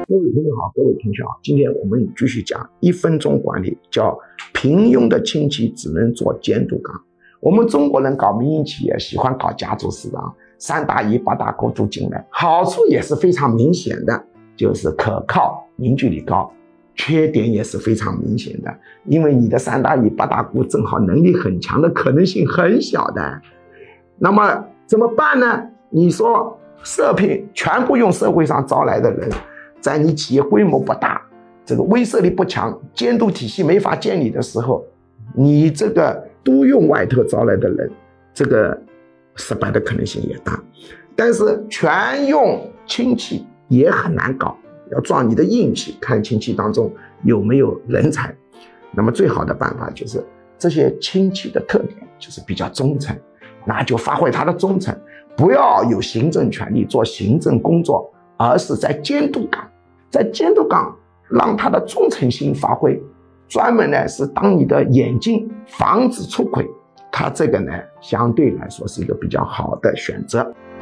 各位朋友好，各位同学好，今天我们继续讲1分钟管理，叫平庸的亲戚只能做监督岗。我们中国人搞民营企业喜欢搞家族式的，3大姨8大姑都进来，好处也是非常明显的，就是可靠，凝聚力高，缺点也是非常明显的，因为你的3大姨8大姑正好能力很强的可能性很小的。那么怎么办呢？你说社聘全部用社会上招来的人，在你企业规模不大，这个威慑力不强，监督体系没法建立的时候，你这个都用外头招来的人，这个失败的可能性也大。但是全用亲戚也很难搞，要撞你的运气，看亲戚当中有没有人才。那么最好的办法就是这些亲戚的特点就是比较忠诚，那就发挥他的忠诚，不要有行政权力做行政工作，而是在监督岗，在监督岗让他的忠诚心发挥，专门呢是当你的眼睛，防止出轨，他这个呢相对来说是一个比较好的选择。